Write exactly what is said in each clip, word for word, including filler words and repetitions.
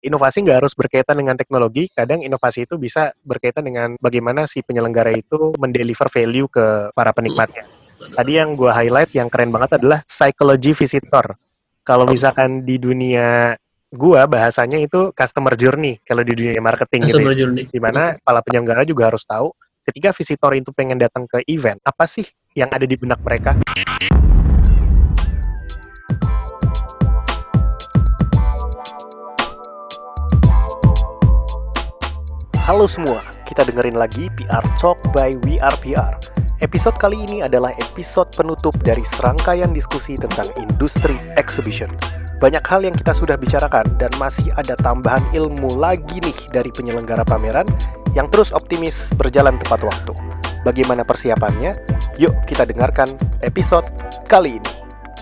inovasi nggak harus berkaitan dengan teknologi, kadang inovasi itu bisa berkaitan dengan bagaimana si penyelenggara itu mendeliver value ke para penikmatnya. Tadi yang gue highlight yang keren banget adalah psychology visitor. Kalau misalkan di dunia gue bahasanya itu customer journey, kalau di dunia marketing gitu Customer ya. journey. Dimana para penyelenggara juga harus tahu ketika visitor itu pengen datang ke event, apa sih yang ada di benak mereka. Halo semua, kita dengerin lagi P R Talk by We Are P R. Episode kali ini adalah episode penutup dari serangkaian diskusi tentang industri exhibition. Banyak hal yang kita sudah bicarakan dan masih ada tambahan ilmu lagi nih dari penyelenggara pameran yang terus optimis berjalan tepat waktu. Bagaimana persiapannya? Yuk kita dengarkan episode kali ini.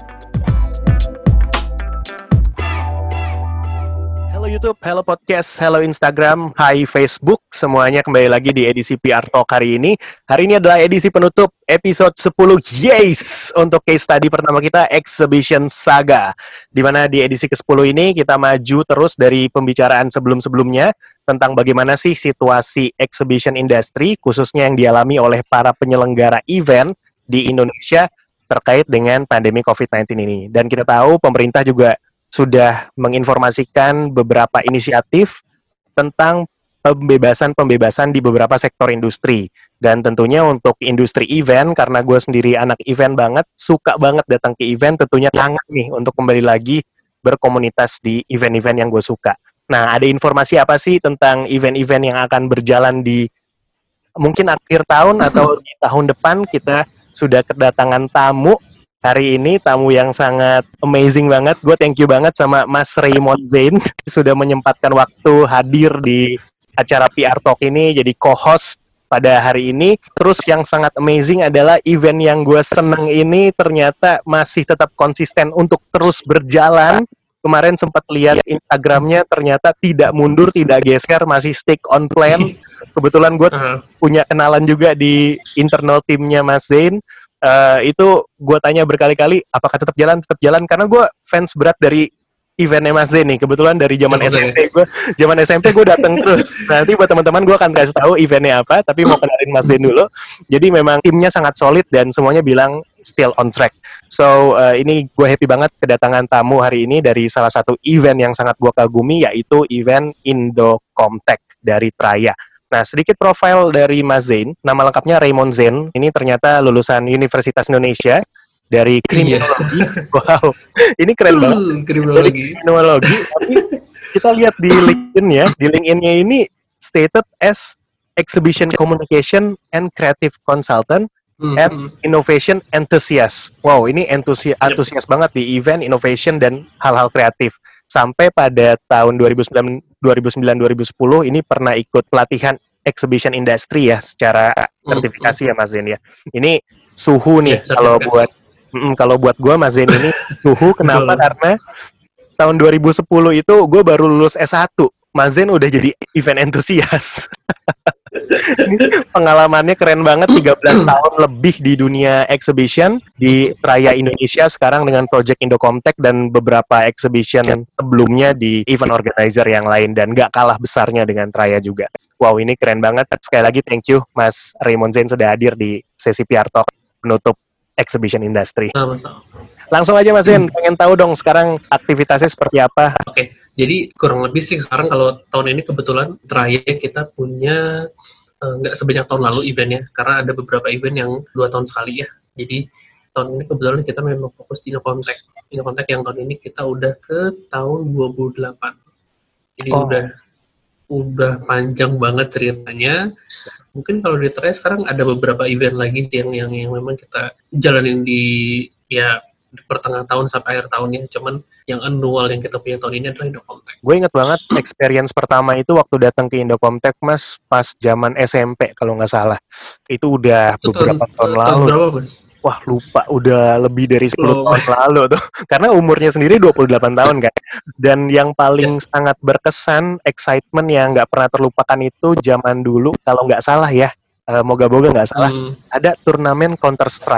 Halo YouTube, halo podcast, halo Instagram, hai Facebook, semuanya kembali lagi di edisi P R Talk hari ini. Hari ini adalah edisi penutup episode sepuluh, yes! Untuk case study pertama kita, Exhibition Saga. Dimana di edisi ke sepuluh ini kita maju terus dari pembicaraan sebelum-sebelumnya tentang bagaimana sih situasi exhibition industry, khususnya yang dialami oleh para penyelenggara event di Indonesia terkait dengan pandemi covid sembilan belas ini. Dan kita tahu pemerintah juga sudah menginformasikan beberapa inisiatif tentang pembebasan-pembebasan di beberapa sektor industri. Dan tentunya untuk industri event, karena gue sendiri anak event banget, suka banget datang ke event, tentunya kangen nih untuk kembali lagi berkomunitas di event-event yang gue suka. Nah, ada informasi apa sih tentang event-event yang akan berjalan di mungkin akhir tahun atau di tahun depan? Kita sudah kedatangan tamu hari ini, tamu yang sangat amazing banget. Gue thank you banget sama Mas Raymond Zain sudah menyempatkan waktu hadir di acara P R Talk ini jadi co-host pada hari ini. Terus yang sangat amazing adalah event yang gue seneng ini ternyata masih tetap konsisten untuk terus berjalan. Kemarin sempat lihat Instagramnya, ternyata tidak mundur, tidak geser, masih stick on plan. Kebetulan gue punya kenalan juga di internal timnya Mas Zain. Uh, itu gue tanya berkali-kali apakah tetap jalan tetap jalan karena gue fans berat dari eventnya Mas Zain nih, kebetulan dari zaman S M P gue zaman S M P gue datang terus. Nanti buat teman-teman gue akan kasih tahu eventnya apa, tapi mau kenalin Mas Zain dulu. Jadi memang timnya sangat solid dan semuanya bilang still on track. So uh, ini gue happy banget kedatangan tamu hari ini dari salah satu event yang sangat gue kagumi, yaitu event Indocomtech dari Traya. Nah, sedikit profil dari Mas Zain. Nama lengkapnya Raymond Zain. Ini ternyata lulusan Universitas Indonesia dari kriminologi. Iya. Wow, ini keren uh, banget. Kriminologi. Kriminologi. Tapi kita lihat di LinkedIn ya. Di LinkedIn-nya ini stated as Exhibition Communication and Creative Consultant mm-hmm. and Innovation Enthusiast. Wow, ini entusias, antusias yep. banget di event, innovation, dan hal-hal kreatif. Sampai pada tahun dua ribu sembilan dua ribu sepuluh ini pernah ikut pelatihan exhibition industry ya secara sertifikasi ya Mas Zain ya. Ini suhu nih ya, kalau buat mm, kalau buat gue Mas Zain ini suhu. Kenapa? Karena tahun dua ribu sepuluh itu gue baru lulus S satu. Mas Zain udah jadi event entusias. Pengalamannya keren banget, tiga belas tahun lebih di dunia exhibition di Traya Indonesia sekarang dengan Project Indocomtech dan beberapa exhibition sebelumnya di event organizer yang lain dan gak kalah besarnya dengan Traya juga. Wow, ini keren banget. Sekali lagi thank you Mas Raymond Zain sudah hadir di sesi P R Talk penutup exhibition industry. Sama-sama. Langsung aja Mas Zain, pengen tahu dong sekarang aktivitasnya seperti apa? Oke, jadi kurang lebih sih sekarang kalau tahun ini kebetulan Traya kita punya nggak uh, sebanyak tahun lalu eventnya, karena ada beberapa event yang dua tahun sekali ya. Jadi tahun ini kebetulan kita memang fokus di Indocomtech. Indocomtech yang tahun ini kita udah ke tahun dua puluh delapan. Jadi oh. udah udah panjang banget ceritanya. Mungkin kalau di Traya sekarang ada beberapa event lagi yang yang yang memang kita jalanin di ya di pertengahan tahun sampai akhir tahunnya. Cuman yang annual yang kita punya tahun ini adalah Indocomtech. Gue inget banget experience pertama itu waktu datang ke Indocomtech Mas, pas zaman S M P kalau nggak salah. Itu udah itu beberapa tahun, tahun lalu. Tahun berapa Mas? Wah lupa, udah lebih dari sepuluh oh. tahun lalu tuh. Karena umurnya sendiri dua puluh delapan tahun kan. Dan yang paling yes. sangat berkesan, excitement yang nggak pernah terlupakan itu zaman dulu, kalau nggak salah ya, uh, moga-moga nggak salah, hmm. ada turnamen Counter Strike.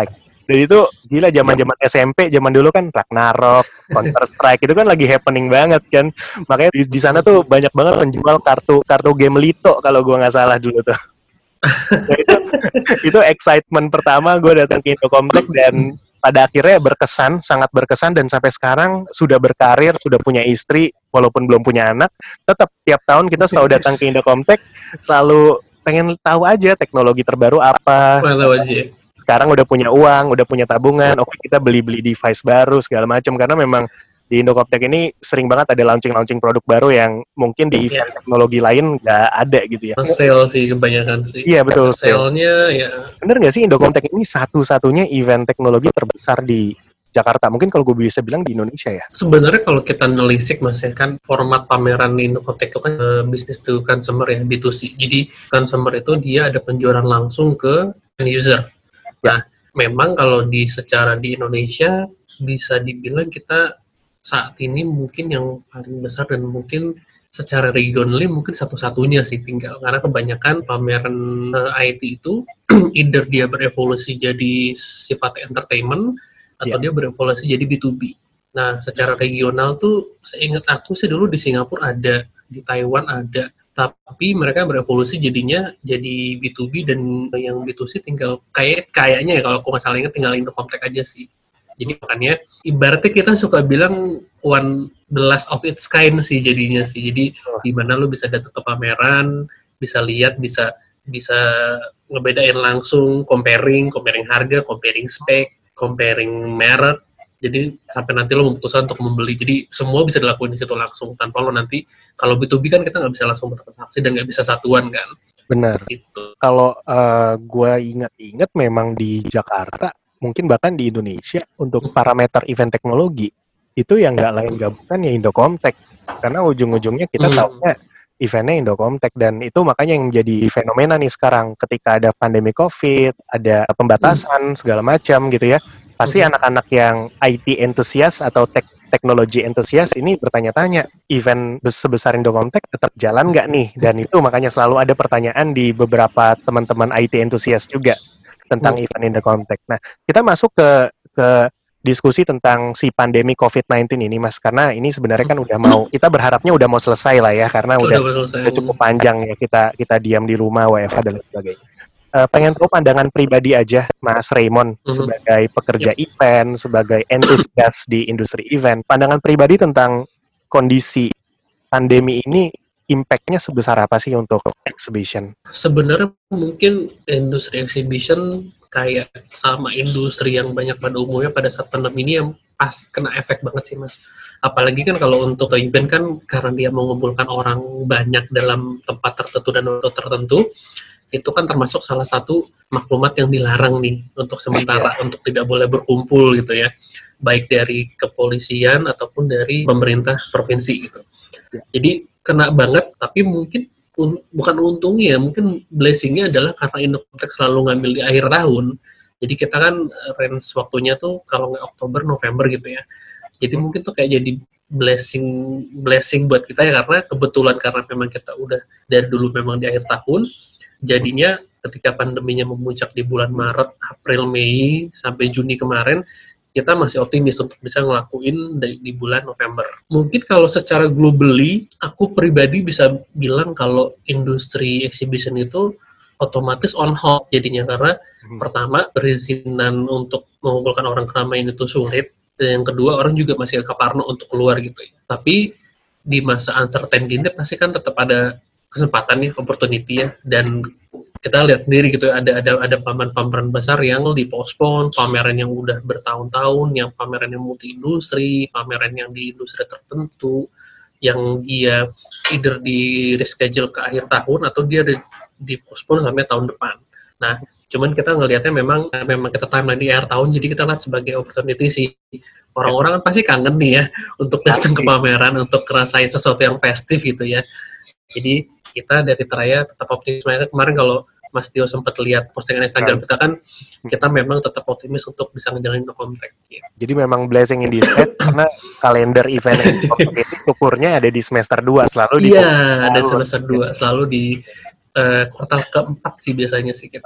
Dan itu gila zaman-zaman S M P, zaman dulu kan Ragnarok, Counter Strike itu kan lagi happening banget kan. Makanya di, di sana tuh banyak banget penjual kartu kartu game Lito kalau gua nggak salah dulu tuh. Nah, itu itu excitement pertama gue datang ke Indocomtech dan pada akhirnya berkesan, sangat berkesan dan sampai sekarang sudah berkarir, sudah punya istri walaupun belum punya anak, tetap tiap tahun kita selalu datang ke Indocomtech, selalu pengen tahu aja teknologi terbaru apa. Tahu aja. Sekarang udah punya uang, udah punya tabungan, oke kita beli-beli device baru segala macam karena memang di Indocomtech ini sering banget ada launching-launching produk baru yang mungkin di event yeah. teknologi lain nggak ada gitu ya. Sale sih kebanyakan sih. Iya betul. Sale-nya ya. Bener nggak sih Indocomtech ini satu-satunya event teknologi terbesar di Jakarta? Mungkin kalau gue bisa bilang di Indonesia ya. Sebenarnya kalau kita nelisik mas ya kan format pameran di Indocomtech itu kan uh, business to consumer ya, B to C. Jadi consumer itu dia ada penjualan langsung ke end user. Nah, memang kalau di secara di Indonesia bisa dibilang kita saat ini mungkin yang paling besar dan mungkin secara regionally mungkin satu-satunya sih tinggal karena kebanyakan pameran uh, I T itu either dia berevolusi jadi sifat entertainment atau yeah. dia berevolusi jadi B to B. Nah, secara regional tuh seingat aku sih dulu di Singapura ada, di Taiwan ada, tapi mereka berevolusi jadinya jadi B to B dan yang B to C tinggal kayak kayaknya ya kalau aku nggak salah ingat tinggal Indocomtech aja sih. Jadi makanya ibaratnya kita suka bilang one the last of its kind sih jadinya sih. Jadi oh. di mana lu bisa datang ke pameran, bisa lihat, bisa bisa ngebedain langsung, comparing, comparing harga, comparing spek, comparing merek. Jadi sampai nanti lo memutuskan untuk membeli. Jadi semua bisa dilakuin di situ langsung tanpa lo nanti kalau B to B kan kita nggak bisa langsung bertransaksi dan nggak bisa satuan kan. Benar. Gitu. Kalau uh, gue ingat-ingat memang di Jakarta mungkin bahkan di Indonesia untuk parameter event teknologi itu yang nggak lain nggak bukan ya Indocomtech karena ujung-ujungnya kita hmm. tahunya eventnya Indocomtech dan itu makanya yang jadi fenomena nih sekarang ketika ada pandemi COVID, ada pembatasan hmm. segala macam gitu ya pasti hmm. anak-anak yang I T entusias atau tek teknologi entusias ini bertanya-tanya event sebesar Indocomtech tetap jalan nggak nih dan itu makanya selalu ada pertanyaan di beberapa teman-teman I T entusias juga tentang hmm. event Indocomtech. Nah, kita masuk ke ke diskusi tentang si pandemi covid sembilan belas ini, Mas. Karena ini sebenarnya kan udah mau, kita berharapnya udah mau selesai lah ya, karena udah, udah, udah cukup panjang ya kita kita diam di rumah, W F H dan lain sebagainya. Uh, pengen tahu pandangan pribadi aja, Mas Raymond, mm-hmm. sebagai pekerja yep. event, sebagai entusias di industri event, pandangan pribadi tentang kondisi pandemi ini, impact-nya sebesar apa sih untuk exhibition? Sebenarnya mungkin industri exhibition kayak sama industri yang banyak pada umumnya pada saat pandemi ini yang pas kena efek banget sih mas. Apalagi kan kalau untuk event kan karena dia mengumpulkan orang banyak dalam tempat tertentu dan waktu tertentu, itu kan termasuk salah satu maklumat yang dilarang nih untuk sementara yeah. untuk tidak boleh berkumpul gitu ya, baik dari kepolisian ataupun dari pemerintah provinsi gitu. Yeah. Jadi kena banget, tapi mungkin un, bukan untungnya, mungkin blessingnya adalah karena Indocomtech selalu ngambil di akhir tahun. Jadi kita kan range waktunya tuh kalau nggak Oktober, November gitu ya. Jadi hmm. mungkin tuh kayak jadi blessing blessing buat kita ya karena kebetulan karena memang kita udah dari dulu memang di akhir tahun. Jadinya ketika pandeminya memuncak di bulan Maret, April, Mei sampai Juni kemarin, kita masih optimis untuk bisa ngelakuin di, di bulan November. Mungkin kalau secara globally, aku pribadi bisa bilang kalau industri exhibition itu otomatis on hold jadinya karena hmm. pertama perizinan untuk mengumpulkan orang keramaian itu sulit dan yang kedua orang juga masih keparno untuk keluar gitu ya. Tapi di masa uncertain gini pasti kan tetap ada kesempatan nih, opportunity ya dan kita lihat sendiri gitu ya, ada ada ada pameran-pameran besar yang dipospon, pameran yang udah bertahun-tahun, yang pameran yang multi industri, pameran yang di industri tertentu, yang dia either di reschedule ke akhir tahun atau dia dipospon sampai tahun depan. Nah, cuman kita ngelihatnya memang memang kita timeline di akhir tahun, jadi kita lihat sebagai opportunity sih. Orang-orang kan pasti kangen nih ya untuk datang ke pameran, untuk ngerasain sesuatu yang festif gitu ya. Jadi kita dari Teraya tetap optimis. Kemarin kalau Mas Tio sempat lihat postingan Instagram kita kan, kita memang tetap optimis untuk bisa ngejalanin Indocomtech. Gitu. Jadi memang blessing in disguise karena kalender event Indocomtech itu syukurnya ada di semester dua selalu di. Iya, ada semester dua selalu di uh, kuartal keempat sih biasanya sih kita.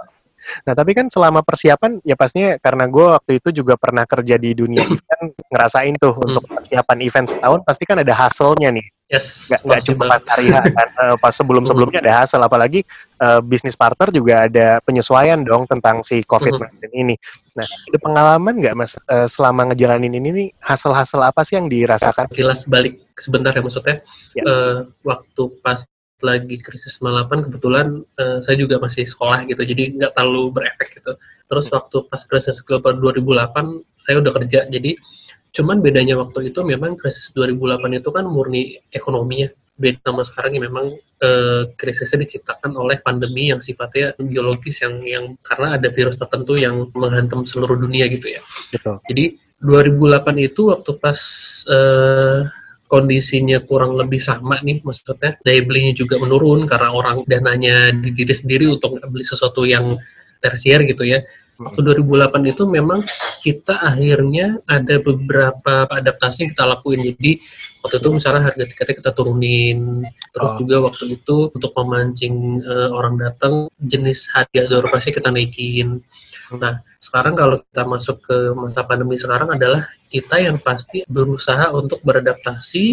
Nah, tapi kan selama persiapan, ya pastinya karena gue waktu itu juga pernah kerja di dunia event, ngerasain tuh Hmm. untuk persiapan event setahun, pasti kan ada hustle-nya nih. Yes, Nggak, nggak pasti cuma pas banget. hari H kan, eh, pas sebelum-sebelumnya ada hustle, apalagi eh, bisnis partner juga ada penyesuaian dong tentang si covid sembilan belas ini. Nah, ada pengalaman nggak Mas eh, selama ngejalanin ini nih, hustle-hustle apa sih yang dirasakan? Kilas balik sebentar ya maksudnya. Ya. Eh, waktu pas lagi krisis sembilan puluh delapan kebetulan eh, saya juga masih sekolah gitu, jadi nggak terlalu berefek gitu. Terus waktu pas krisis global dua ribu delapan saya udah kerja, jadi cuman bedanya waktu itu memang krisis dua ribu delapan itu kan murni ekonominya. Beda sama sekarang yang memang eh, krisisnya diciptakan oleh pandemi yang sifatnya biologis yang yang karena ada virus tertentu yang menghantam seluruh dunia gitu ya. Betul. Jadi dua ribu delapan itu waktu pas eh, kondisinya kurang lebih sama nih, maksudnya daya belinya juga menurun karena orang dananya di diri sendiri untuk beli sesuatu yang tersier gitu ya. Waktu dua ribu delapan itu memang kita akhirnya ada beberapa adaptasi yang kita lakuin. Jadi waktu itu misalnya harga tiketnya kita turunin, terus Oh. juga waktu itu untuk memancing uh, orang datang jenis harga door price kita naikin. Nah, sekarang kalau kita masuk ke masa pandemi sekarang adalah kita yang pasti berusaha untuk beradaptasi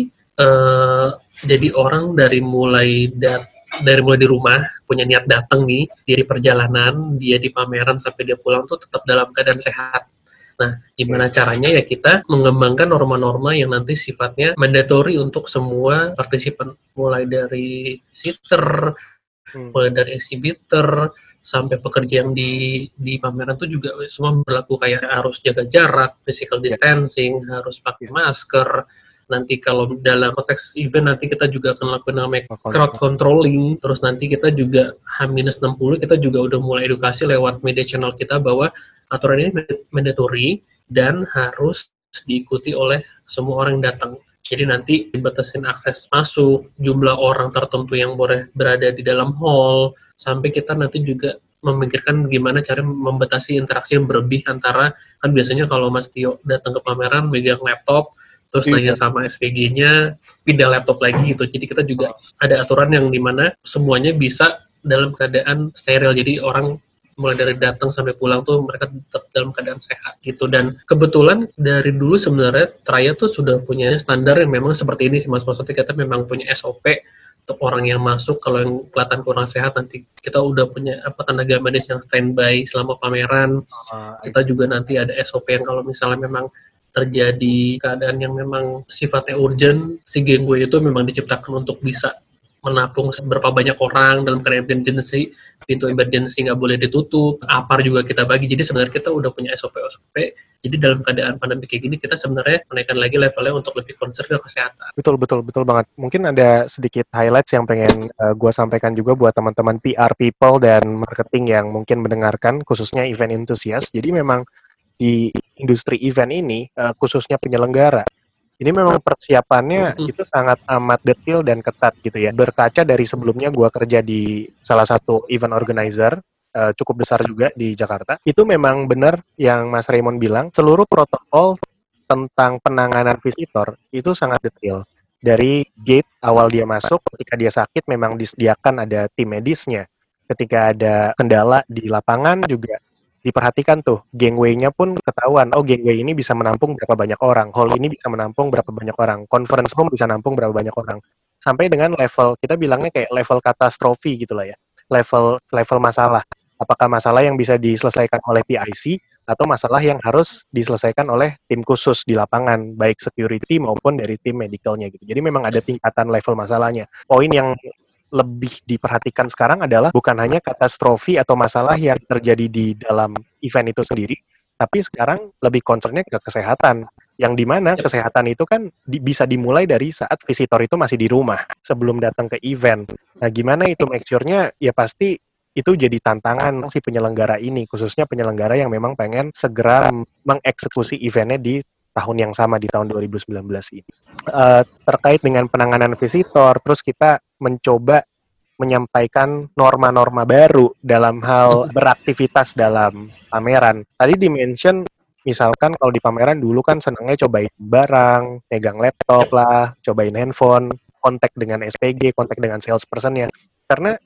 uh, jadi orang dari mulai dat dari mulai di rumah punya niat datang nih, dari perjalanan dia di pameran sampai dia pulang tuh tetap dalam keadaan sehat. Nah, gimana caranya ya kita mengembangkan norma-norma yang nanti sifatnya mandatory untuk semua partisipan, mulai dari sitter, hmm. mulai dari exhibitor, sampai pekerja yang di di pameran tuh juga semua berlaku kayak harus jaga jarak, physical distancing, yeah. harus pakai masker. Nanti kalau dalam konteks event nanti kita juga akan lakukan namanya crowd controlling, terus nanti kita juga H minus enam puluh kita juga udah mulai edukasi lewat media channel kita bahwa aturan ini mandatory dan harus diikuti oleh semua orang yang datang. Jadi nanti dibatasin akses masuk, jumlah orang tertentu yang boleh berada di dalam hall, sampai kita nanti juga memikirkan gimana cara membatasi interaksi yang berlebih antara, kan biasanya kalau Mas Tio datang ke pameran megang laptop, terus iya. nanya sama S P G-nya, pindah laptop lagi gitu. Jadi kita juga ada aturan yang dimana semuanya bisa dalam keadaan steril. Jadi orang mulai dari datang sampai pulang tuh mereka tetap dalam keadaan sehat gitu. Dan kebetulan dari dulu sebenarnya Traya tuh sudah punya standar yang memang seperti ini sih Mas. Maksudnya kita memang punya S O P untuk orang yang masuk, kalau yang kelihatan kurang sehat nanti kita udah punya apa tenaga medis yang standby selama pameran. Uh, kita juga nanti ada S O P yang kalau misalnya memang terjadi keadaan yang memang sifatnya urgent, si gangway itu memang diciptakan untuk bisa menampung berapa banyak orang dalam keadaan emergency, pintu emergency nggak boleh ditutup, apar juga kita bagi. Jadi sebenarnya kita udah punya S O P-S O P, jadi dalam keadaan pandemi kayak gini kita sebenarnya menaikkan lagi levelnya untuk lebih concern ke kesehatan. Betul, betul, betul banget. Mungkin ada sedikit highlights yang pengen uh, gue sampaikan juga buat teman-teman P R people dan marketing yang mungkin mendengarkan, khususnya event enthusiast. Jadi memang di industri event ini, uh, khususnya penyelenggara, ini memang persiapannya mm-hmm. itu sangat amat detail dan ketat gitu ya. Berkaca dari sebelumnya gue kerja di salah satu event organizer, uh, cukup besar juga di Jakarta, itu memang benar yang Mas Raymond bilang, seluruh protokol tentang penanganan visitor itu sangat detail. Dari gate awal dia masuk, ketika dia sakit memang disediakan ada tim medisnya. Ketika ada kendala di lapangan juga diperhatikan tuh, gangway-nya pun ketahuan, oh gangway ini bisa menampung berapa banyak orang, hall ini bisa menampung berapa banyak orang, conference room bisa menampung berapa banyak orang, sampai dengan level, kita bilangnya kayak level katastrofi gitu lah ya, level level masalah, apakah masalah yang bisa diselesaikan oleh P I C, atau masalah yang harus diselesaikan oleh tim khusus di lapangan, baik security maupun dari tim medicalnya gitu. Jadi memang ada tingkatan level masalahnya. Poin yang lebih diperhatikan sekarang adalah bukan hanya katastrofi atau masalah yang terjadi di dalam event itu sendiri, tapi sekarang lebih concernnya ke kesehatan, yang dimana kesehatan itu kan di, bisa dimulai dari saat visitor itu masih di rumah sebelum datang ke event. Nah, gimana itu make sure-nya? Ya pasti itu jadi tantangan si penyelenggara ini, khususnya penyelenggara yang memang pengen segera mengeksekusi eventnya di tahun yang sama, di tahun dua ribu sembilan belas ini. Uh, terkait dengan penanganan visitor, terus kita mencoba menyampaikan norma-norma baru dalam hal beraktivitas dalam pameran. Tadi di-mention, misalkan kalau di pameran dulu kan senangnya cobain barang, pegang laptop lah, cobain handphone, kontak dengan S P G, kontak dengan salesperson-nya. Karena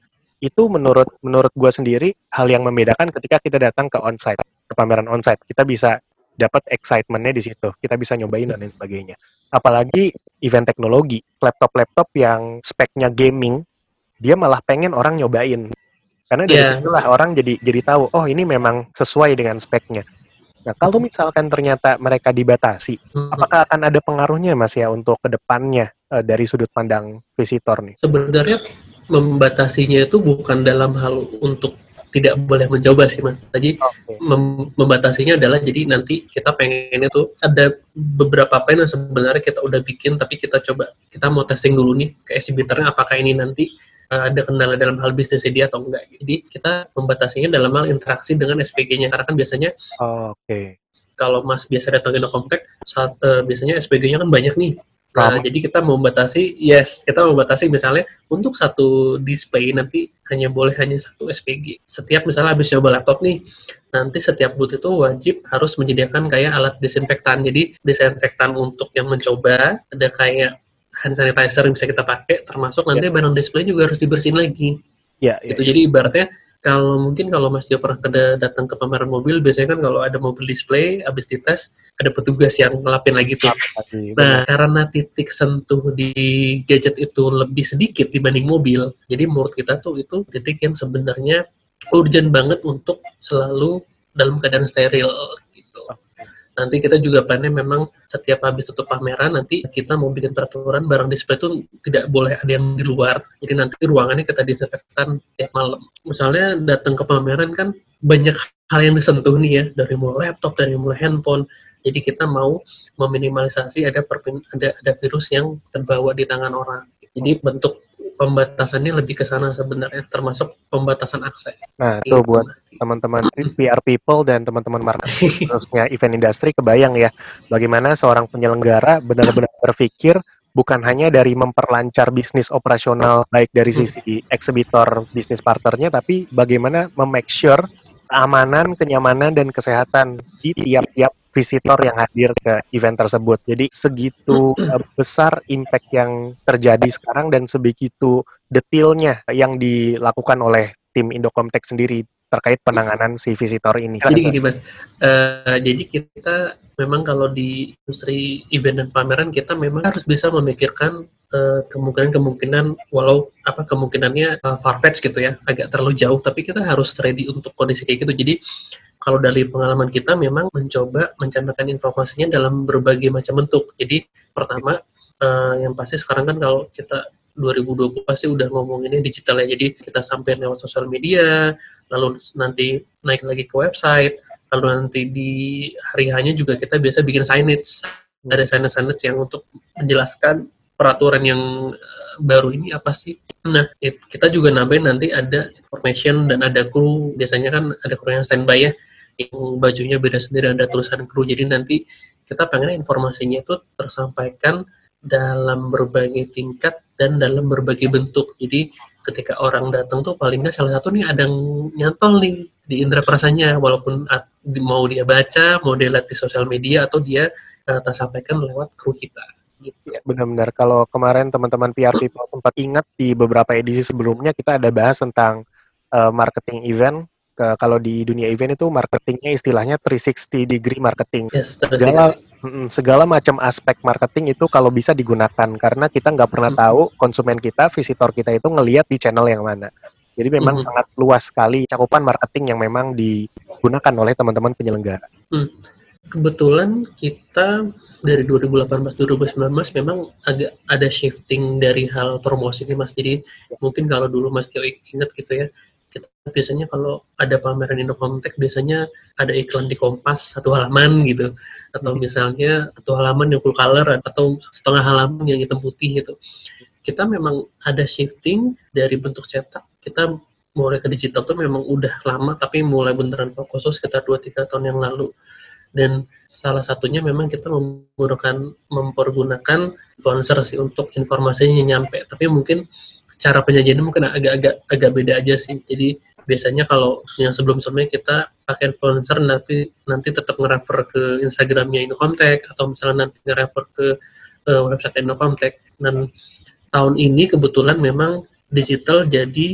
Itu menurut menurut gue sendiri hal yang membedakan ketika kita datang ke onsite, ke pameran onsite. Kita bisa dapat excitement-nya di situ. Kita bisa nyobain dan lain sebagainya. Apalagi event teknologi, laptop-laptop yang speknya gaming, dia malah pengen orang nyobain. Karena dari Ya, situlah orang jadi jadi tahu, oh ini memang sesuai dengan speknya. Nah, kalau misalkan ternyata mereka dibatasi, hmm, apakah akan ada pengaruhnya Mas ya untuk kedepannya eh, dari sudut pandang visitor nih? sebenarnya membatasinya itu bukan dalam hal untuk tidak boleh mencoba sih Mas. Tadi Oke. mem- membatasinya adalah jadi nanti kita pengen itu ada beberapa pen yang sebenarnya kita udah bikin tapi kita coba kita mau testing dulu nih ke exhibitornya apakah ini nanti uh, ada kendala dalam hal bisnisnya dia atau enggak. Jadi kita membatasinya dalam hal interaksi dengan S P G-nya karena kan biasanya Oke. kalau Mas biasa datang ke Indocomptek saat uh, biasanya S P G-nya kan banyak nih. Nah, Ramai. jadi kita membatasi, yes, kita membatasi misalnya untuk satu display nanti hanya boleh hanya satu S P G. Setiap misalnya habis coba laptop nih, nanti setiap booth itu wajib harus menyediakan kayak alat disinfektan. Jadi disinfektan untuk yang mencoba, ada kayak hand sanitizer yang bisa kita pakai, termasuk nanti barang display juga harus dibersihin lagi. Ya, ya, Gitu. ya. Jadi ibaratnya kalau mungkin kalau Mas Jo pernah keda- datang ke pameran mobil, biasanya kan kalau ada mobil display, habis dites, ada petugas yang ngelapin lagi tuh. Lagi, Nah, benar. karena titik sentuh di gadget itu lebih sedikit dibanding mobil, jadi menurut kita tuh itu titik yang sebenarnya urgent banget untuk selalu dalam keadaan steril gitu. Nanti kita juga plannya memang setiap habis tutup pameran nanti kita mau bikin peraturan barang display itu tidak boleh ada yang di luar. Jadi nanti ruangannya kita disinfektan tiap malam. Misalnya datang ke pameran kan banyak hal yang disentuh nih ya, dari mulai laptop, dari mulai handphone. Jadi kita mau meminimalisasi ada perpin- ada ada virus yang terbawa di tangan orang. Jadi bentuk pembatasannya lebih ke sana sebenarnya, termasuk pembatasan akses. Nah, Itu tuh buat Mas. teman-teman P R people dan teman-teman marketing khususnya event industri kebayang ya bagaimana seorang penyelenggara benar-benar berpikir bukan hanya dari memperlancar bisnis operasional baik dari Hmm. sisi eksibitor bisnis partnernya tapi bagaimana memake sure keamanan, kenyamanan dan kesehatan di tiap-tiap visitor yang hadir ke event tersebut. Jadi segitu uh, besar impact yang terjadi sekarang dan sebegitu detailnya yang dilakukan oleh tim Indocomptek sendiri terkait penanganan si visitor ini. Jadi gini Mas, uh, jadi kita memang kalau di industri event dan pameran kita memang harus bisa memikirkan uh, kemungkinan-kemungkinan walau apa kemungkinannya uh, far-fetched gitu ya, agak terlalu jauh, tapi kita harus ready untuk kondisi kayak gitu. Jadi kalau dari pengalaman kita memang mencoba mencantumkan informasinya dalam berbagai macam bentuk. Jadi pertama uh, yang pasti sekarang kan kalau kita dua ribu dua puluh pasti udah ngomonginnya digital ya. Jadi kita sampai lewat sosial media, lalu nanti naik lagi ke website, lalu nanti di hari hanya juga kita biasa bikin signage. Ada signage-signage yang untuk menjelaskan peraturan yang uh, baru ini apa sih. Nah, it, kita juga nambahin nanti ada information dan ada kru. Biasanya kan ada kru yang standby ya, yang bajunya beda sendiri, ada tulisan kru. Jadi nanti kita pengen informasinya itu tersampaikan dalam berbagai tingkat dan dalam berbagai bentuk. Jadi ketika orang datang tuh paling nggak salah satu nih ada yang nyantol nih di indera perasanya, walaupun mau dia baca, mau dia lihat di sosial media atau dia uh, tersampaikan lewat kru kita. Gitu. Ya, benar-benar. Kalau kemarin teman-teman P R people sempat ingat di beberapa edisi sebelumnya kita ada bahas tentang uh, marketing event. Uh, kalau di dunia event itu marketingnya istilahnya three sixty degree marketing. Yes, segala mm, segala macam aspek marketing itu kalau bisa digunakan karena kita nggak pernah Hmm. tahu konsumen kita, visitor kita itu ngelihat di channel yang mana. Jadi memang Mhm. sangat luas sekali cakupan marketing yang memang digunakan oleh teman-teman penyelenggara. Hmm. Kebetulan kita dari dua ribu delapan belas dua ribu sembilan belas memang agak ada shifting dari hal promosi nih Mas. Jadi mungkin kalau dulu Mas Tio ingat gitu ya, kita biasanya kalau ada pameran Indocomptek biasanya ada iklan di Kompas satu halaman gitu, atau misalnya satu halaman yang full color atau setengah halaman yang hitam putih gitu. Kita memang ada shifting dari bentuk cetak, kita mulai ke digital tuh memang udah lama, tapi mulai beneran fokus sekitar dua tiga tahun yang lalu. Dan salah satunya memang kita menggunakan mempergunakan influencer sih untuk informasinya nyampe, tapi mungkin cara penyajiannya mungkin agak-agak agak beda aja sih. Jadi biasanya kalau yang sebelum-sebelumnya kita pakai influencer nanti nanti tetap nge-refer ke Instagramnya Indocomptek atau misalnya nanti nge-refer ke uh, website Indocomptek. Dan tahun ini kebetulan memang digital jadi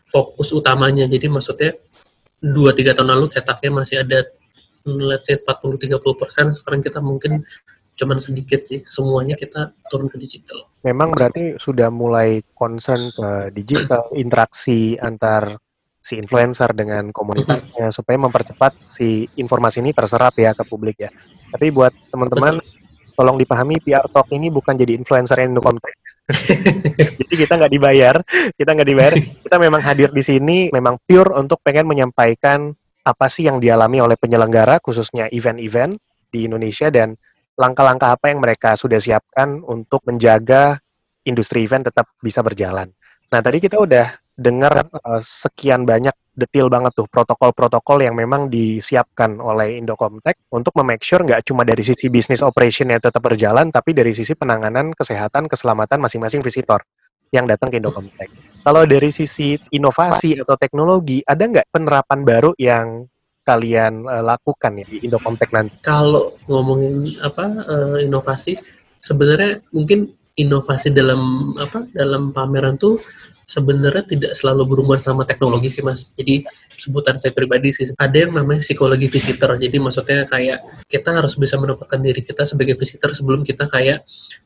fokus utamanya. Jadi maksudnya dua tiga tahun lalu cetaknya masih ada let's say empat puluh sampai tiga puluh persen, sekarang kita mungkin cuman sedikit sih, semuanya kita turun ke digital. Memang berarti sudah mulai concern ke digital, interaksi antar si influencer dengan komunitasnya supaya mempercepat si informasi ini terserap ya ke publik ya. Tapi buat teman-teman, tolong dipahami P R Talk ini bukan jadi influencer yang konten. Jadi kita nggak dibayar, kita nggak dibayar. Kita memang hadir di sini memang pure untuk pengen menyampaikan apa sih yang dialami oleh penyelenggara, khususnya event-event di Indonesia, dan langkah-langkah apa yang mereka sudah siapkan untuk menjaga industri event tetap bisa berjalan. Nah, tadi kita udah dengar uh, sekian banyak detail banget tuh protokol-protokol yang memang disiapkan oleh Indocomtek untuk memake sure nggak cuma dari sisi bisnis operation yang tetap berjalan, tapi dari sisi penanganan kesehatan, keselamatan masing-masing visitor yang datang ke Indocomtek. Kalau dari sisi inovasi atau teknologi, ada nggak penerapan baru yang kalian uh, lakukan ya di Indocomtek nanti? Kalau ngomongin apa uh, inovasi, sebenarnya mungkin inovasi dalam apa dalam pameran tuh sebenarnya tidak selalu berhubungan sama teknologi sih Mas. Jadi sebutan saya pribadi sih ada yang namanya psikologi visitor. Jadi maksudnya kayak kita harus bisa menempatkan diri kita sebagai visitor sebelum kita kayak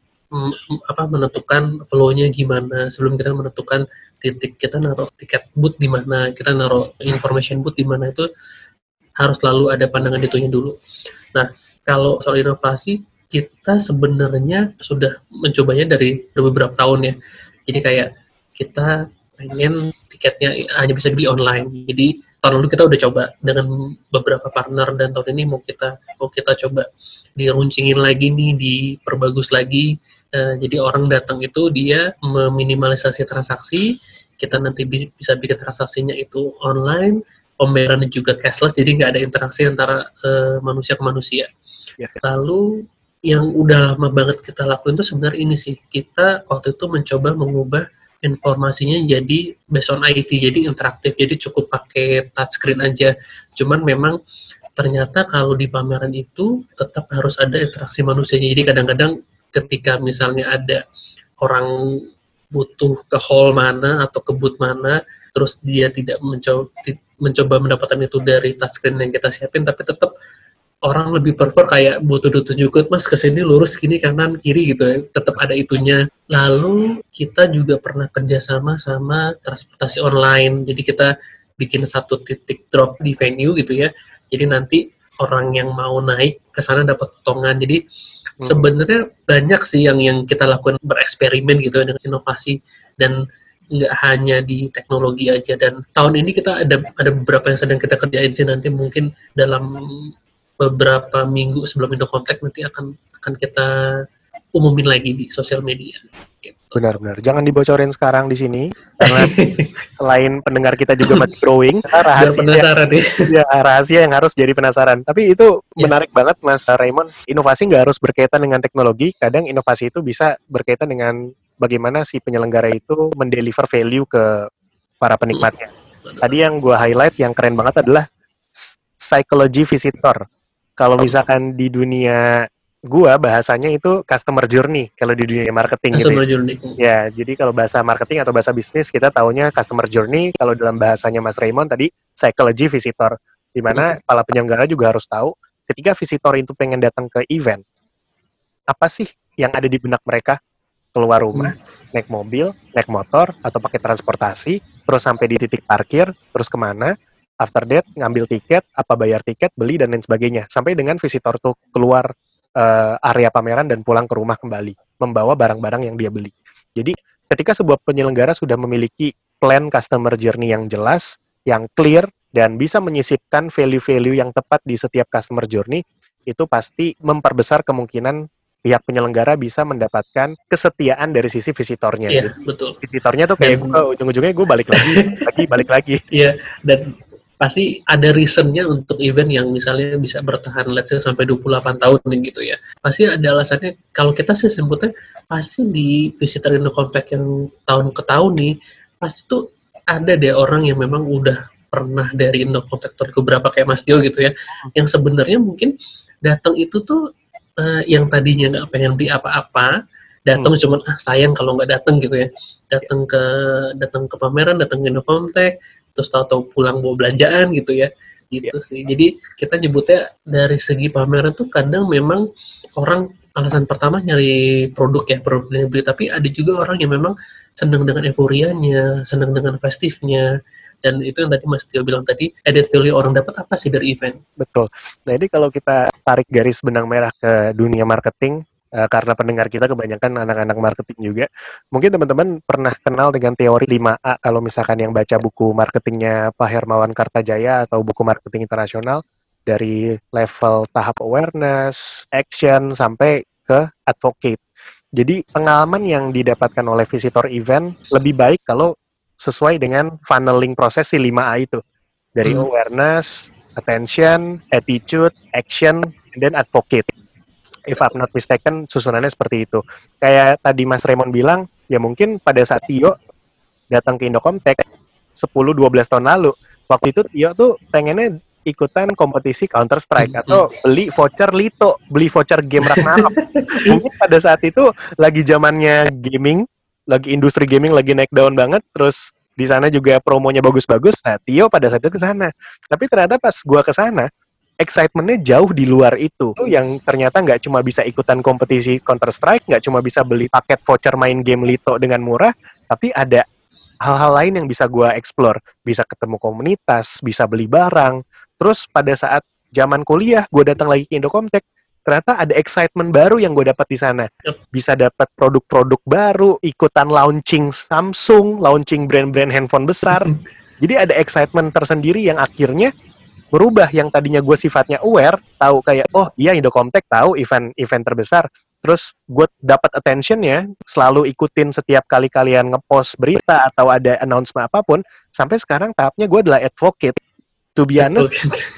mm, apa menentukan flow-nya gimana, sebelum kita menentukan titik kita naruh tiket booth di mana, kita naruh information booth di mana, itu harus selalu ada pandangan itunya dulu. Nah, kalau soal inovasi kita sebenarnya sudah mencobanya dari beberapa tahun ya. Jadi kayak kita pengen tiketnya hanya bisa dibeli online. Jadi tahun lalu kita udah coba dengan beberapa partner, dan tahun ini mau kita mau kita coba diruncingin lagi nih, diperbagus lagi. Uh, jadi orang datang itu dia meminimalisasi transaksi, kita nanti bisa bikin transaksinya itu online, pembayarannya juga cashless, jadi nggak ada interaksi antara uh, manusia ke manusia. Ya. Lalu yang udah lama banget kita lakuin itu sebenarnya ini sih, kita waktu itu mencoba mengubah informasinya jadi based on I T, jadi interaktif, jadi cukup pakai touchscreen aja. Cuman memang ternyata kalau di pameran itu tetap harus ada interaksi manusianya. Jadi kadang-kadang ketika misalnya ada orang butuh ke hall mana atau ke booth mana, terus dia tidak mencoba, mencoba mendapatkan itu dari touchscreen yang kita siapin, tapi tetap orang lebih prefer kayak butuh ditunjukin, Mas kesini lurus gini kanan kiri gitu ya, tetap ada itunya. Lalu kita juga pernah kerjasama sama transportasi online, jadi kita bikin satu titik drop di venue gitu ya, jadi nanti orang yang mau naik ke sana dapat potongan. Jadi hmm. sebenarnya banyak sih yang yang kita lakukan, bereksperimen gitu ya dengan inovasi, dan nggak hanya di teknologi aja. Dan tahun ini kita ada ada beberapa yang sedang kita kerjain sih, nanti mungkin dalam beberapa minggu sebelum Indocomtek nanti akan akan kita umumin lagi di sosial media. Gitu. Benar-benar. Jangan dibocorin sekarang di sini, karena selain pendengar kita juga masih growing, rahasia, penasaran nih. Ya, rahasia yang harus jadi penasaran. Tapi itu ya. Menarik banget Mas Raymond. Inovasi nggak harus berkaitan dengan teknologi. Kadang inovasi itu bisa berkaitan dengan bagaimana si penyelenggara itu mendeliver value ke para penikmatnya. Tadi yang gue highlight yang keren banget adalah psychology visitor. Kalau misalkan di dunia gua bahasanya itu customer journey, kalau di dunia marketing customer gitu. Journey. Ya, jadi kalau bahasa marketing atau bahasa bisnis kita taunya customer journey, kalau dalam bahasanya Mas Raymond tadi psychology visitor. Di mana para penyelenggara juga harus tahu ketika visitor itu pengen datang ke event, apa sih yang ada di benak mereka? Keluar rumah, hmm. naik mobil, naik motor, atau pakai transportasi, terus sampai di titik parkir, terus kemana? After that, ngambil tiket, apa bayar tiket, beli, dan lain sebagainya. Sampai dengan visitor tuh keluar uh, area pameran dan pulang ke rumah kembali, membawa barang-barang yang dia beli. Jadi, ketika sebuah penyelenggara sudah memiliki plan customer journey yang jelas, yang clear, dan bisa menyisipkan value-value yang tepat di setiap customer journey, itu pasti memperbesar kemungkinan pihak penyelenggara bisa mendapatkan kesetiaan dari sisi visitornya. Iya, betul. Visitornya tuh kayak gue, ujung-ujungnya gue balik lagi, lagi, balik lagi. Iya, dan pasti ada reasonnya untuk event yang misalnya bisa bertahan let's say sampai dua puluh delapan tahun gitu ya. Pasti ada alasannya. Kalau kita sih sebutnya pasti di visitor Indocomtek yang tahun ke tahun nih, pasti tuh ada deh orang yang memang udah pernah dari Indocomtek tahun keberapa kayak Mas Tio gitu ya, yang sebenarnya mungkin datang itu tuh uh, yang tadinya nggak pengen beli apa-apa, Datang Hmm. cuma ah sayang kalau nggak datang gitu ya. Datang ke datang ke pameran, datang ke Indocomtech, terus tahu-tahu pulang bawa belanjaan gitu ya. Ya, Gitu sih. Jadi kita nyebutnya dari segi pameran tuh kadang memang orang alasan pertama nyari produk ya, produk yang beli, tapi ada juga orang yang memang senang dengan euforianya, senang dengan festifnya, dan itu yang tadi Mas Tio bilang tadi, added value orang dapat apa sih dari event? betul. Nah, ini kalau kita tarik garis benang merah ke dunia marketing, uh, karena pendengar kita kebanyakan anak-anak marketing juga, mungkin teman-teman pernah kenal dengan teori lima A kalau misalkan yang baca buku marketingnya Pak Hermawan Kartajaya atau buku marketing internasional, dari level tahap awareness, action, sampai ke advocate. Jadi pengalaman yang didapatkan oleh visitor event lebih baik kalau sesuai dengan funneling proses si lima A itu. Dari Hmm. awareness, attention, attitude, action, and then advocate. If I'm not mistaken, susunannya seperti itu. Kayak tadi Mas Raymond bilang, ya mungkin pada saat Tio datang ke Indocomtech sepuluh dua belas tahun lalu, waktu itu Tio tuh pengennya ikutan kompetisi Counter Strike atau beli voucher Lito, beli voucher game Ragnarok. Mungkin pada saat itu lagi zamannya gaming, lagi industri gaming lagi naik daun banget, terus di sana juga promonya bagus-bagus. Nah, Tio pada saat itu ke sana. Tapi ternyata pas gua ke sana, excitement-nya jauh di luar itu. Itu yang ternyata nggak cuma bisa ikutan kompetisi Counter Strike, nggak cuma bisa beli paket voucher main game Lito dengan murah, tapi ada hal-hal lain yang bisa gue explore, bisa ketemu komunitas, bisa beli barang. Terus pada saat zaman kuliah, gue datang lagi ke Indocomtech, ternyata ada excitement baru yang gue dapat di sana. Bisa dapat produk-produk baru, ikutan launching Samsung, launching brand-brand handphone besar. Jadi ada excitement tersendiri yang akhirnya berubah, yang tadinya gue sifatnya aware, tahu kayak, oh iya Indocomtech tahu event-event terbesar. Terus gue dapat attention-nya, selalu ikutin setiap kali kalian ngepost berita atau ada announcement apapun, sampai sekarang tahapnya gue adalah advocate. To be honest,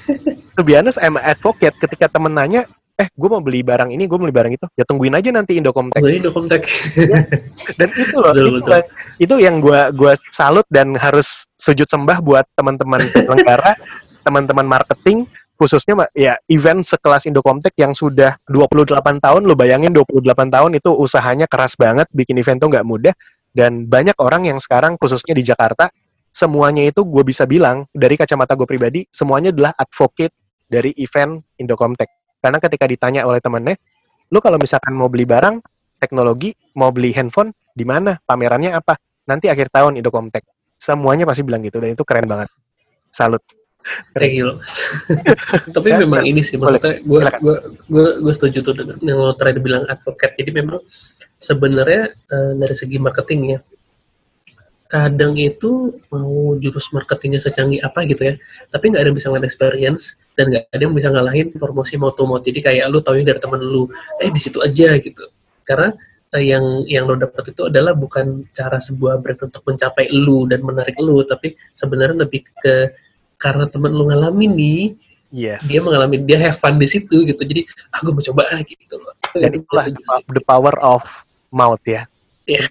to be honest, I'm an advocate. Ketika temen nanya, eh gue mau beli barang ini, gue mau beli barang itu, ya tungguin aja nanti Indocomtech. Tungguin Indocomtech. Ya. Dan itu loh, Betul, itu, betul. itu yang gue gua salut dan harus sujud sembah buat teman-teman penyelenggara, teman-teman marketing, khususnya ya event sekelas Indocomtech yang sudah dua puluh delapan tahun. Lo bayangin dua puluh delapan tahun itu usahanya keras banget, bikin event tuh nggak mudah, dan banyak orang yang sekarang khususnya di Jakarta, semuanya itu gue bisa bilang dari kacamata gue pribadi, semuanya adalah advocate dari event Indocomtech. Karena ketika ditanya oleh temennya, lu kalau misalkan mau beli barang teknologi, mau beli handphone, di mana pamerannya apa, nanti akhir tahun Indocomtech, semuanya pasti bilang gitu, dan itu keren banget. Salut. Thank you, Mas. Tapi ya, memang ini sih, maksudnya gue gue gue gue setuju tuh dengan yang lo tadi bilang advocate. Jadi memang sebenarnya uh, dari segi marketing ya, kadang itu mau jurus marketingnya secanggih apa gitu ya, tapi nggak ada yang bisa ngalahin experience, dan nggak ada yang bisa ngalahin promosi mouth-to-mouth. Jadi kayak lu taunya dari temen lu, eh di situ aja gitu. Karena uh, yang yang lo dapat itu adalah bukan cara sebuah brand untuk mencapai lu dan menarik lu, tapi sebenarnya lebih ke karena temen lu ngalamin nih, yes. dia mengalami, dia have fun di situ gitu. Jadi ah gue mau coba gitu loh. Dan itulah the power of mouth ya. Yeah,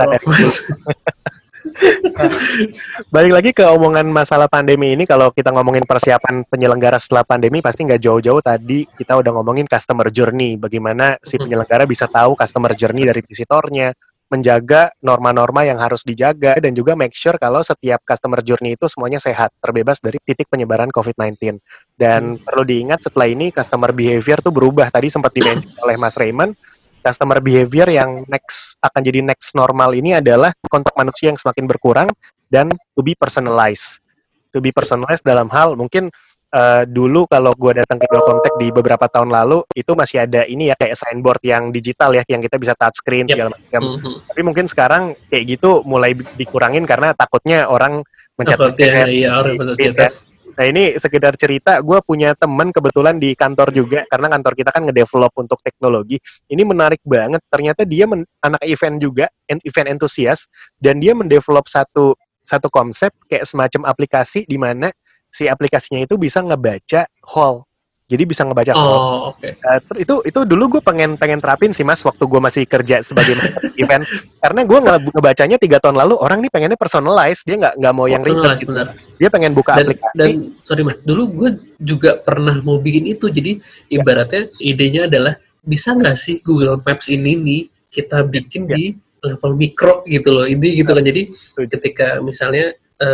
balik lagi ke omongan masalah pandemi ini. Kalau kita ngomongin persiapan penyelenggara setelah pandemi, pasti nggak jauh-jauh tadi kita udah ngomongin customer journey, bagaimana si penyelenggara bisa tahu customer journey dari visitornya, menjaga norma-norma yang harus dijaga, dan juga make sure kalau setiap customer journey itu semuanya sehat, terbebas dari titik penyebaran covid sembilan belas. Dan hmm. perlu diingat setelah ini customer behavior tuh berubah. Tadi sempat di-mention oleh Mas Raymond, customer behavior yang next akan jadi next normal ini adalah kontak manusia yang semakin berkurang dan to be personalized. To be personalized dalam hal mungkin uh, dulu kalau gue datang ke Indocomtech di beberapa tahun lalu itu masih ada ini ya kayak signboard yang digital ya, yang kita bisa touchscreen yep. segala macam. Mm-hmm. Tapi mungkin sekarang kayak gitu mulai dikurangin karena takutnya orang mencet ya, iya, orang ya. Nah ini sekedar cerita, gue punya teman kebetulan di kantor juga, karena kantor kita kan ngedevelop untuk teknologi. Ini menarik banget, ternyata dia men, anak event juga, event entusias, dan dia mendevelop satu satu konsep kayak semacam aplikasi di mana si aplikasinya itu bisa ngebaca hall. Jadi bisa ngebaca hall. Oh, oke. Okay. Uh, itu itu dulu gue pengen pengen terapin sih Mas waktu gue masih kerja sebagai event, karena gue ngebacanya tiga tahun lalu orang nih pengennya personalize, dia nggak nggak mau yang ribet gitu. Dia pengen buka dan, aplikasi. Dan sorry Mas, dulu gue juga pernah mau bikin itu. Jadi ibaratnya ya. Idenya adalah bisa nggak sih Google Maps ini nih kita bikin di level mikro gitu loh, ini gitu kan. Jadi ketika misalnya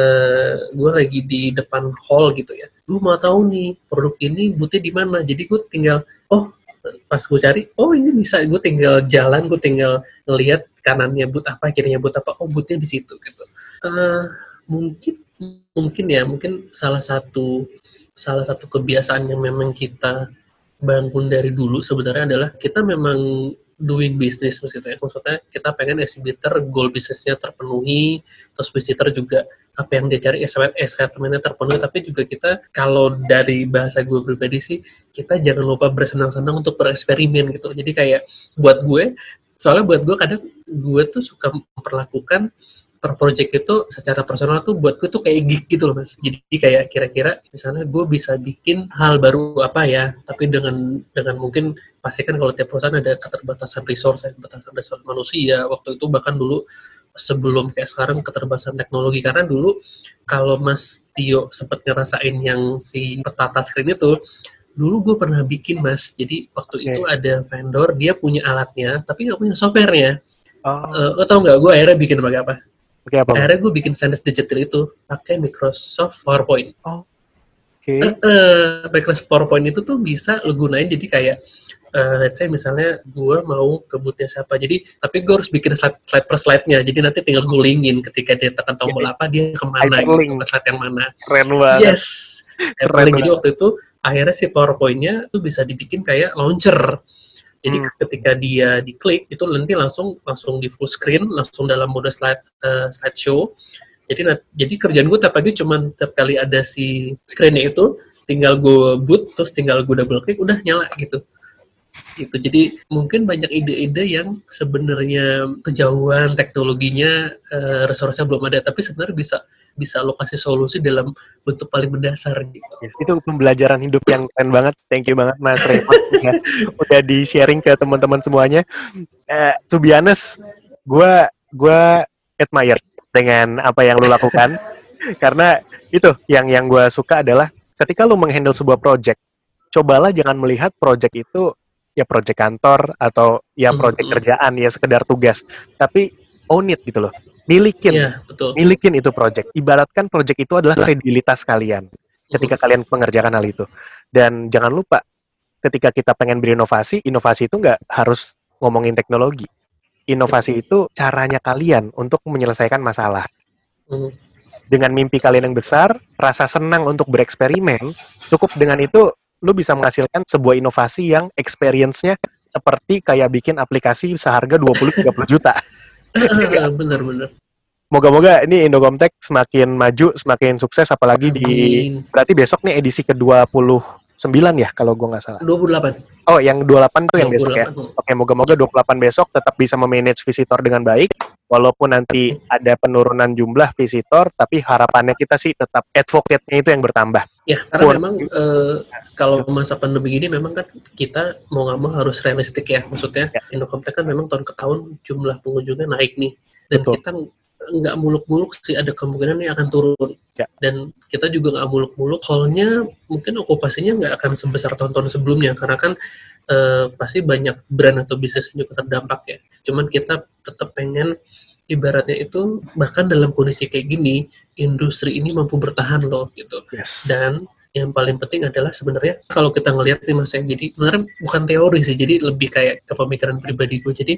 uh, gue lagi di depan hall gitu ya, gue mau tahu nih produk ini bootnya di mana, jadi gue tinggal oh pas gue cari oh ini bisa, gue tinggal jalan, gue tinggal ngelihat kanannya boot apa, kirinya boot apa, oh bootnya di situ gitu. Uh, mungkin mungkin ya mungkin salah satu salah satu kebiasaan yang memang kita bangun dari dulu sebenarnya adalah kita memang doing business maksudnya. Maksudnya kita pengen exhibitor goal bisnisnya terpenuhi, terus visitor juga apa yang dia cari excitement-nya terpenuhi, tapi juga kita kalau dari bahasa gue pribadi sih, kita jangan lupa bersenang-senang untuk bereksperimen gitu. Jadi kayak buat gue, soalnya buat gue kadang gue tuh suka memperlakukan per project itu secara personal tuh buat gue tuh kayak gig gitu loh mas. Jadi kayak kira-kira misalnya gue bisa bikin hal baru apa ya, tapi dengan dengan mungkin pasti kan kalau tiap perusahaan ada keterbatasan resource, keterbatasan resource manusia. Waktu itu bahkan dulu sebelum kayak sekarang keterbatasan teknologi, karena dulu kalau Mas Tio sempat ngerasain yang si peta touchscreen itu, dulu gue pernah bikin mas. Jadi waktu okay. itu ada vendor dia punya alatnya tapi nggak punya softwarenya. Oh. Uh, lo tau nggak gue akhirnya bikin pakai apa? Okay, apa? Akhirnya gue bikin Sendes Digital itu pakai Microsoft PowerPoint. Oh, oke. Okay. Uh, uh, Microsoft PowerPoint itu tuh bisa lo gunain jadi kayak, uh, let's say misalnya gue mau ke bootnya siapa. Jadi tapi gue harus bikin slide, slide per slide-nya. Jadi nanti tinggal gulingin ketika dia tekan tombol apa dia kemana gitu, ke slide yang mana. Keren banget. Yes. Keren Jadi waktu itu akhirnya si PowerPoint-nya tuh bisa dibikin kayak launcher. Jadi hmm. ketika dia diklik itu nanti langsung langsung di full screen, langsung dalam mode slide uh, slideshow. Jadi jadi kerjaan gue tiap pagi cuman tiap kali ada si screen-nya itu tinggal gue boot terus tinggal gue double klik udah nyala gitu. Gitu. Jadi mungkin banyak ide-ide yang sebenarnya kejauhan teknologinya, uh, resource-nya belum ada, tapi sebenarnya bisa bisa lokasi solusi dalam bentuk paling mendasar gitu. Itu pembelajaran hidup yang keren banget. Thank you banget Mas Raymond ya. Udah di-sharing ke teman-teman semuanya. Uh, to be honest, gue gue admire dengan apa yang lu lakukan. Karena itu yang yang gue suka adalah ketika lu menghandle sebuah project, cobalah jangan melihat project itu ya project kantor atau ya project mm-hmm. kerjaan, ya sekedar tugas, tapi own it gitu loh. Milikin, yeah, betul. milikin itu project. Ibaratkan project itu adalah kredibilitas kalian ketika uh-huh. kalian mengerjakan hal itu. Dan jangan lupa, ketika kita pengen berinovasi, inovasi itu nggak harus ngomongin teknologi. Inovasi uh-huh. itu caranya kalian untuk menyelesaikan masalah. Uh-huh. Dengan mimpi kalian yang besar, rasa senang untuk bereksperimen, cukup dengan itu, lu bisa menghasilkan sebuah inovasi yang experience-nya seperti kayak bikin aplikasi seharga dua puluh sampai tiga puluh juta. Bener-bener. Moga-moga ini Indocomtech semakin maju, semakin sukses, apalagi Amin. Di berarti besok nih edisi ke dua puluh sembilan ya kalau gue nggak salah. dua puluh delapan. Oh, yang dua puluh delapan tuh yang besok ya. Oke, moga-moga dua puluh delapan besok tetap bisa memanage visitor dengan baik, walaupun nanti ada penurunan jumlah visitor, tapi harapannya kita sih tetap advocate-nya itu yang bertambah. Ya, karena For, memang uh, kalau masa pandemi ini memang kan kita mau nggak mau harus realistik ya. Maksudnya ya. Indocomtech kan memang tahun ke tahun jumlah pengunjungnya naik nih. Dan Betul. Kita nggak muluk-muluk sih, ada kemungkinan yang akan turun. Ya. Dan kita juga nggak muluk-muluk, hall-nya mungkin okupasinya nggak akan sebesar tahun-tahun sebelumnya. Karena kan uh, pasti banyak brand atau bisnis yang juga terdampak ya. Cuman kita tetap pengen ibaratnya itu bahkan dalam kondisi kayak gini industri ini mampu bertahan loh gitu. Yes. Dan yang paling penting adalah sebenarnya kalau kita ngelihat nih mas ya, jadi sebenarnya bukan teori sih, jadi lebih kayak ke pemikiran pribadi gue. Jadi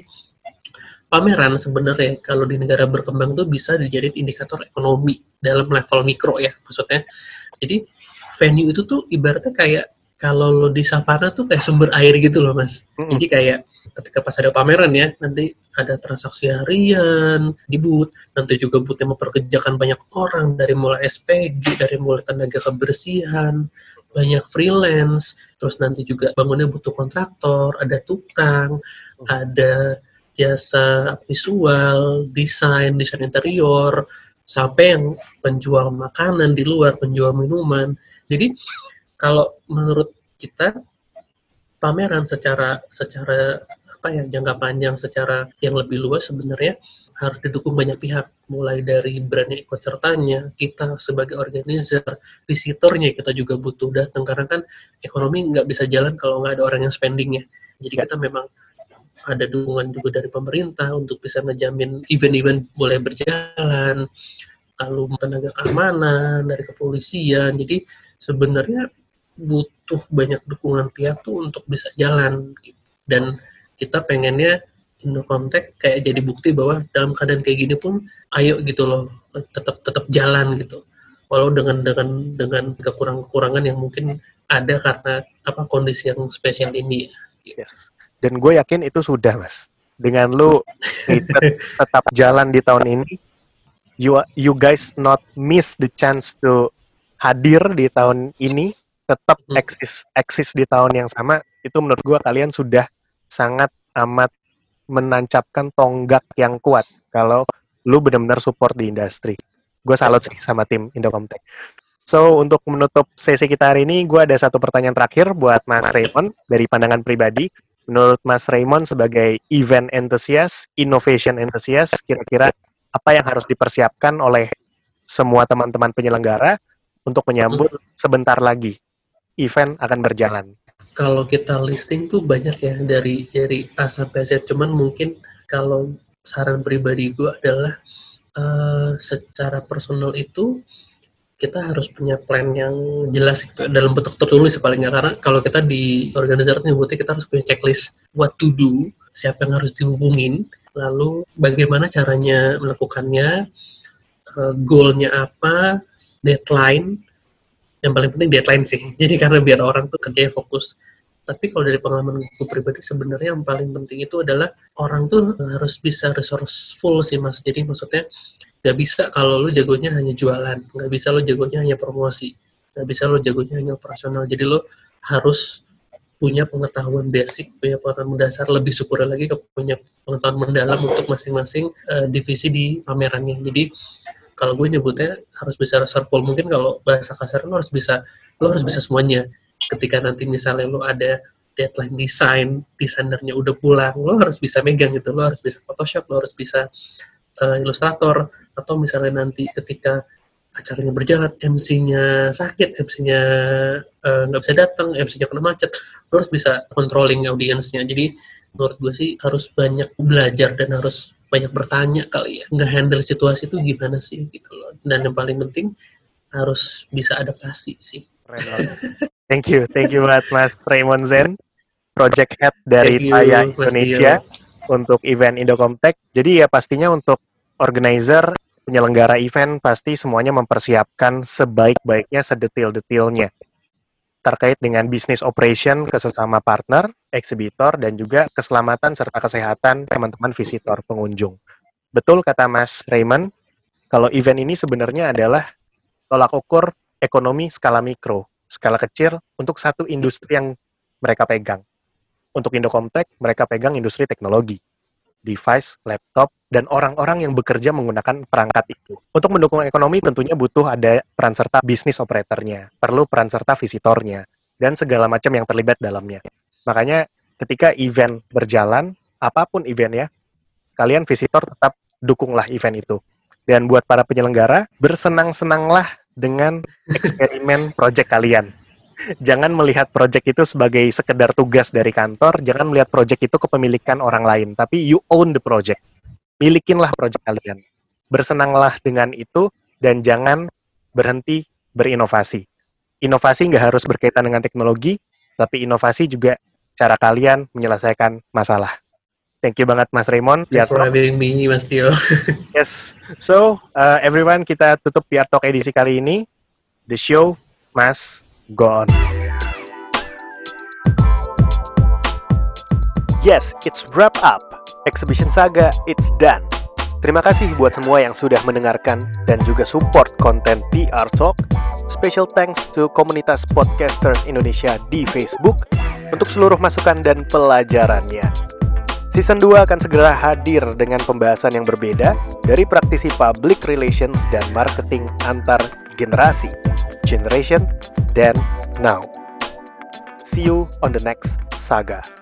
pameran sebenarnya kalau di negara berkembang tuh bisa dijadiin indikator ekonomi dalam level mikro ya maksudnya. Jadi venue itu tuh ibaratnya kayak kalau lo di savana tuh kayak sumber air gitu loh mas. Mm-hmm. Jadi kayak ketika pas ada pameran ya, nanti ada transaksi harian di booth, nanti juga boothnya memperkerjakan banyak orang, dari mulai S P G, dari mulai tenaga kebersihan, banyak freelance, terus nanti juga bangunnya butuh kontraktor, ada tukang, mm-hmm. ada jasa visual, desain, desain interior, sampai yang penjual makanan di luar, penjual minuman. Jadi kalau menurut kita pameran secara secara apa ya jangka panjang, secara yang lebih luas sebenarnya harus didukung banyak pihak, mulai dari brand yang ikut sertanya, kita sebagai organizer, visitornya kita juga butuh datang karena kan ekonomi nggak bisa jalan kalau nggak ada orang yang spendingnya. Jadi kita memang ada dukungan juga dari pemerintah untuk bisa menjamin event-event boleh berjalan, lalu tenaga keamanan dari kepolisian. Jadi sebenarnya butuh banyak dukungan pihak tuh untuk bisa jalan gitu. Dan kita pengennya Indocomtech kayak jadi bukti bahwa dalam keadaan kayak gini pun ayo gitu loh, tetap tetap jalan gitu. Walau dengan dengan dengan kekurangan-kekurangan yang mungkin ada karena apa kondisi yang spesial ini. Yes. Dan gue yakin itu sudah, Mas. Dengan lu tet- tetap jalan di tahun ini, you you guys not miss the chance to hadir di tahun ini, tetap Hmm. eksis eksis di tahun yang sama. Itu menurut gue kalian sudah sangat amat menancapkan tonggak yang kuat kalau lu benar-benar support di industri. Gue salut sih sama tim Indocomtech. So, untuk menutup sesi kita hari ini, gue ada satu pertanyaan terakhir buat Mas Raymond dari pandangan pribadi. Menurut Mas Raymond sebagai event enthusiast, innovation enthusiast, kira-kira apa yang harus dipersiapkan oleh semua teman-teman penyelenggara untuk menyambut sebentar lagi event akan berjalan? Kalau kita listing tuh banyak ya dari dari A sampai Z. Cuman mungkin kalau saran pribadi gue adalah uh, secara personal itu kita harus punya plan yang jelas gitu, dalam bentuk tertulis paling nggak, karena kalau kita di organisator nyebutnya kita harus punya checklist what to do, siapa yang harus dihubungin, lalu bagaimana caranya melakukannya, uh, goalnya apa, deadline. Yang paling penting deadline sih, jadi karena biar orang tuh kerjanya fokus. Tapi kalau dari pengalaman gue pribadi sebenarnya yang paling penting itu adalah orang tuh harus bisa resourceful sih Mas. Jadi maksudnya gak bisa kalau lu jagonya hanya jualan, gak bisa lu jagonya hanya promosi, gak bisa lu jagonya hanya operasional. Jadi lu harus punya pengetahuan basic, punya pengetahuan mendasar, lebih syukur lagi ke punya pengetahuan mendalam untuk masing-masing uh, divisi di pamerannya. Jadi kalau gue nyebutnya harus bisa resourceful, mungkin kalau bahasa kasar lo harus bisa lo harus bisa semuanya. Ketika nanti misalnya lo ada deadline desain, desainernya udah pulang, lo harus bisa megang gitu, lo harus bisa Photoshop, lo harus bisa uh, Illustrator, atau misalnya nanti ketika acaranya berjalan, M C-nya sakit, M C-nya nggak uh, bisa datang, M C-nya kena macet, lo harus bisa controlling audiensnya. Jadi menurut gue sih harus banyak belajar dan harus banyak bertanya kali ya, nggak handle situasi itu gimana sih gitu loh. Dan yang paling penting harus bisa adaptasi sih. Thank you, thank you banget Mas Raymond Zen, Project Head dari you, Taya Indonesia untuk event Indocomtech. Jadi ya pastinya untuk organizer, penyelenggara event pasti semuanya mempersiapkan sebaik-baiknya, sedetil-detilnya terkait dengan business operation ke sesama partner, eksibitor, dan juga keselamatan serta kesehatan teman-teman visitor pengunjung. Betul kata Mas Raymond, kalau event ini sebenarnya adalah tolak ukur ekonomi skala mikro, skala kecil untuk satu industri yang mereka pegang. Untuk Indocomtech, mereka pegang industri teknologi, device, laptop, dan orang-orang yang bekerja menggunakan perangkat itu. Untuk mendukung ekonomi tentunya butuh ada peran serta bisnis operatornya, perlu peran serta visitornya, dan segala macam yang terlibat dalamnya. Makanya ketika event berjalan, apapun eventnya, kalian visitor tetap dukunglah event itu. Dan buat para penyelenggara, bersenang-senanglah dengan eksperimen project kalian. Jangan melihat project itu sebagai sekedar tugas dari kantor, jangan melihat project itu kepemilikan orang lain, tapi you own the project. Milikinlah project kalian. Bersenanglah dengan itu, dan jangan berhenti berinovasi. Inovasi nggak harus berkaitan dengan teknologi, tapi inovasi juga cara kalian menyelesaikan masalah. Thank you banget Mas Raymond. Thanks for having me, Mas Tio. Yes. So, uh, everyone, kita tutup P R Talk edisi kali ini. The show must go on. Yes, it's wrap up. Exhibition Saga, it's done. Terima kasih buat semua yang sudah mendengarkan dan juga support konten P R Talk. Special thanks to komunitas podcasters Indonesia di Facebook untuk seluruh masukan dan pelajarannya. Season dua akan segera hadir dengan pembahasan yang berbeda dari praktisi public relations dan marketing antar generasi, generation, dan now. See you on the next saga.